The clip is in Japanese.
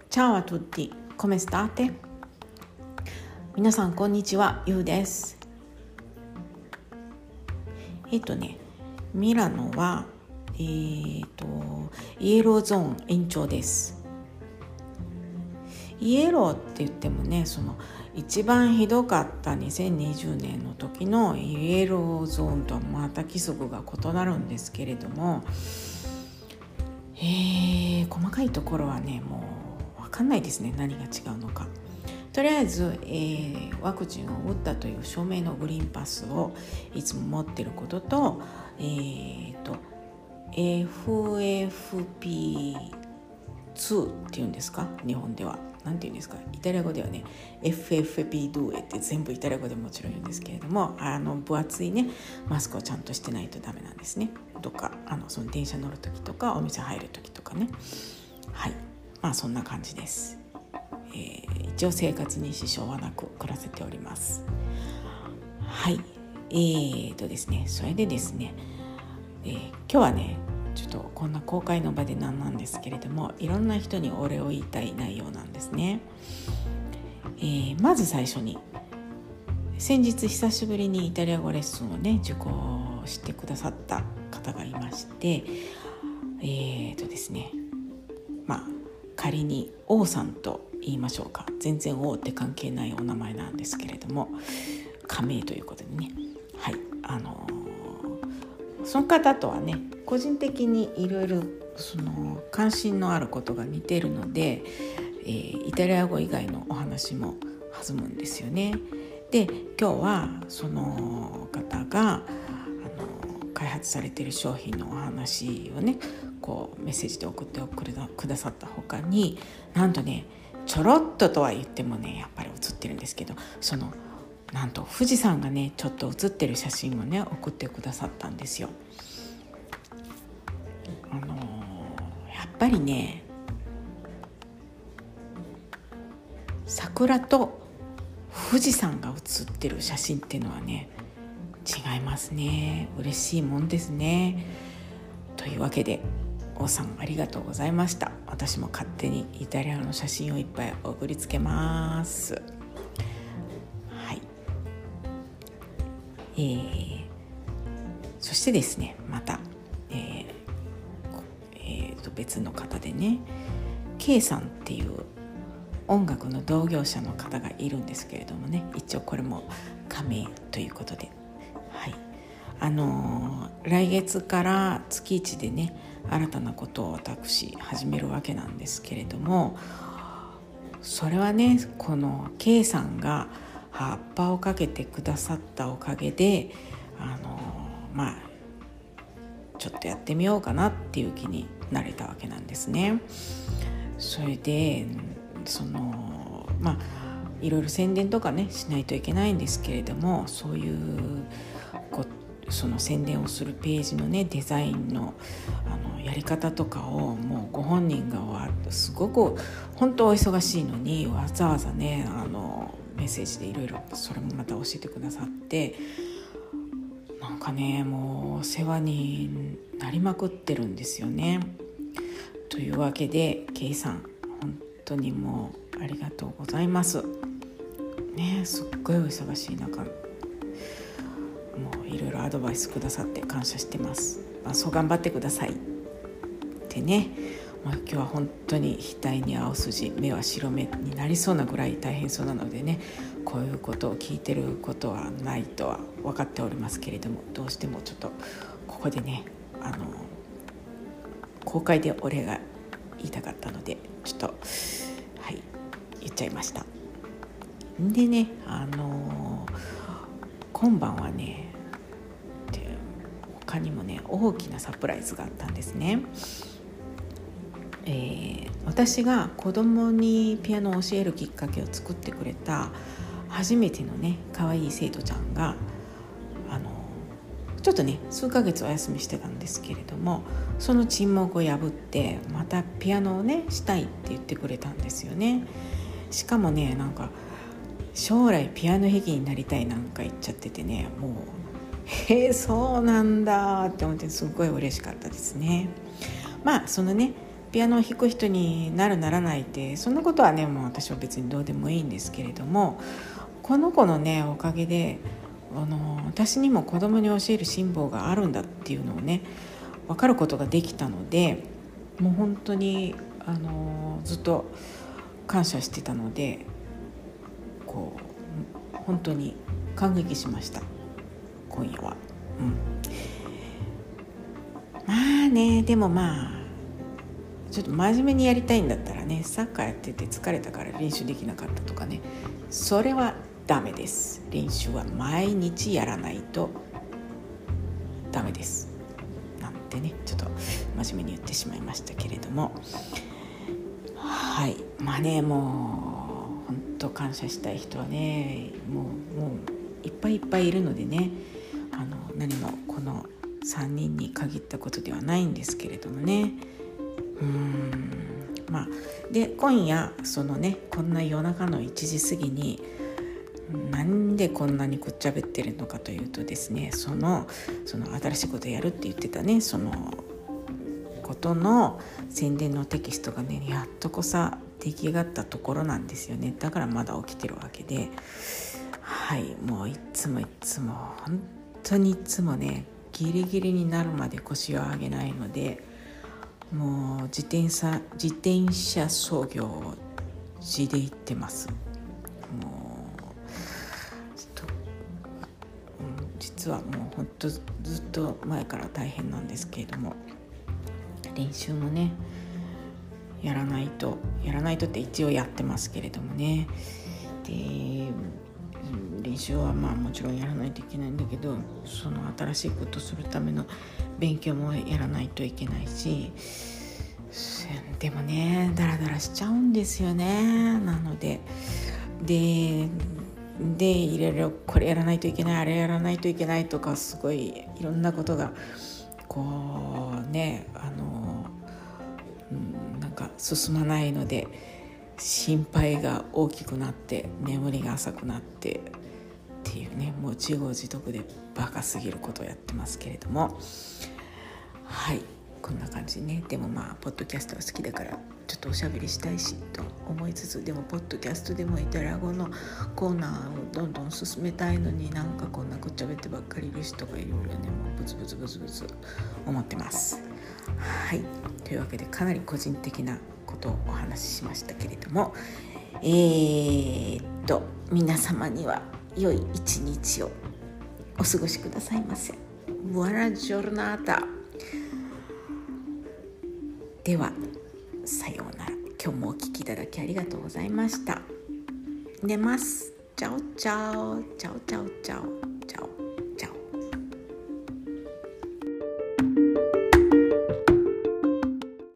Ciao a tutti, come state? 皆さんこんにちは、ゆうです。ミラノはイエローゾーン延長です。イエローって言ってもね、その一番ひどかった2020年の時のイエローゾーンとはまた規則が異なるんですけれども、細かいところはねもう分かんないですね、何が違うのか。とりあえず、ワクチンを打ったという証明のグリーンパスをいつも持っていることと、FFP2 っていうんですか、日本ではなんていうんですか、イタリア語ではね FFP2 って全部イタリア語でもちろん言うんですけれども、分厚いねマスクをちゃんとしてないとダメなんですね。とかその電車乗る時とかお店入る時とかね。はい、そんな感じです。一応生活に支障はなく暮らせております。はい、ですね、それでですね、今日はねちょっとこんな公開の場でなんですけれども、いろんな人にお礼を言いたい内容なんですね。まず最初に、先日久しぶりにイタリア語レッスンをね受講してくださった方がいまして、ですね、仮に王さんと言いましょうか。全然王って関係ないお名前なんですけれども、仮名ということでね、はい、その方とはね個人的にいろいろ関心のあることが似ているので、イタリア語以外のお話も弾むんですよね。で、今日はその方が開発されている商品のお話をねこうメッセージで送ってくださった他に、なんとねちょろっとは言ってもねやっぱり写ってるんですけど、なんと富士山がねちょっと写ってる写真をね送ってくださったんですよ。やっぱりね桜と富士山が写ってる写真っていうのはね違いますね。嬉しいもんですね。というわけで王さんありがとうございました。私も勝手にイタリアの写真をいっぱい送りつけます。はい、そしてですね、また、別の方でね K さんっていう音楽の同業者の方がいるんですけれどもね、一応これも仮名ということで、はい、来月から月1でね新たなことを私始めるわけなんですけれども、それはねこの K さんが葉っぱをかけてくださったおかげでちょっとやってみようかなっていう気になれたわけなんですね。それでいろいろ宣伝とかねしないといけないんですけれども、そういうその宣伝をするページのねデザインのやり方とかをもうご本人がすごく本当お忙しいのにわざわざねメッセージでいろいろそれもまた教えてくださって、なんかねもうお世話になりまくってるんですよね。というわけで K さん本当にもうありがとうございますね。すっごいお忙しい中もういろいろアドバイスくださって感謝してます。そう頑張ってくださいってね。今日は本当に額に青筋目は白目になりそうなぐらい大変そうなのでね、こういうことを聞いてることはないとは分かっておりますけれども、どうしてもちょっとここでね公開でお礼が言いたかったのでちょっとはい言っちゃいました。でね今晩はね他にもね大きなサプライズがあったんですね。私が子供にピアノを教えるきっかけを作ってくれた初めてのね可愛い生徒ちゃんがちょっとね数ヶ月お休みしてたんですけれども、その沈黙を破ってまたピアノをねしたいって言ってくれたんですよね。しかもねなんか将来ピアノ弾きになりたいなんか言っちゃっててね、もうそうなんだって思ってすごい嬉しかったですね。そのねピアノを弾く人になるならないってそんなことはねもう私は別にどうでもいいんですけれども、この子のねおかげで私にも子供に教える辛抱があるんだっていうのをね分かることができたので、もう本当にずっと感謝してたので、こう本当に感激しました今夜は。まあね、でもまあちょっと真面目にやりたいんだったらね、サッカーやってて疲れたから練習できなかったとかね、それはダメです。練習は毎日やらないとダメですなんてね、ちょっと真面目に言ってしまいましたけれども、はい、まあね、もう本当感謝したい人はねもういっぱいいっぱいいるのでね、何もこの3人に限ったことではないんですけれどもね。まあで今夜そのねこんな夜中の1時過ぎになんでこんなにくっちゃべってるのかというとですね、その新しいことやるって言ってたねそのことの宣伝のテキストがねやっとこさ出来上がったところなんですよね。だからまだ起きてるわけで、はい、もういつも本当にいつもねギリギリになるまで腰を上げないので、もう自転車操業を地で行ってます。もうちょっと、実はもう本当ずっと前から大変なんですけれども、練習もねやらないとって一応やってますけれどもね。で練習はまあもちろんやらないといけないんだけど、その新しいことするための勉強もやらないといけないし、でもねダラダラしちゃうんですよね。なのでいろいろこれやらないといけないあれやらないといけないとか、すごいいろんなことがこうねなんか進まないので心配が大きくなって眠りが浅くなってっていうね、もう自業自得でバカすぎることをやってますけれども、はいこんな感じね。でもまあポッドキャストは好きだからちょっとおしゃべりしたいしと思いつつ、でもポッドキャストでもイタリア語のコーナーをどんどん進めたいのに、なんかこんなくっちゃべってばっかりいるしとかいろいろね、もうブツブツ思ってます。はい、というわけでかなり個人的なことをお話ししましたけれども、皆様には良い一日をお過ごしくださいませ。Buona giornata。ではさようなら。今日もお聞きいただきありがとうございました。寝ます。チャオチャオチャオチャオチャオチャオ。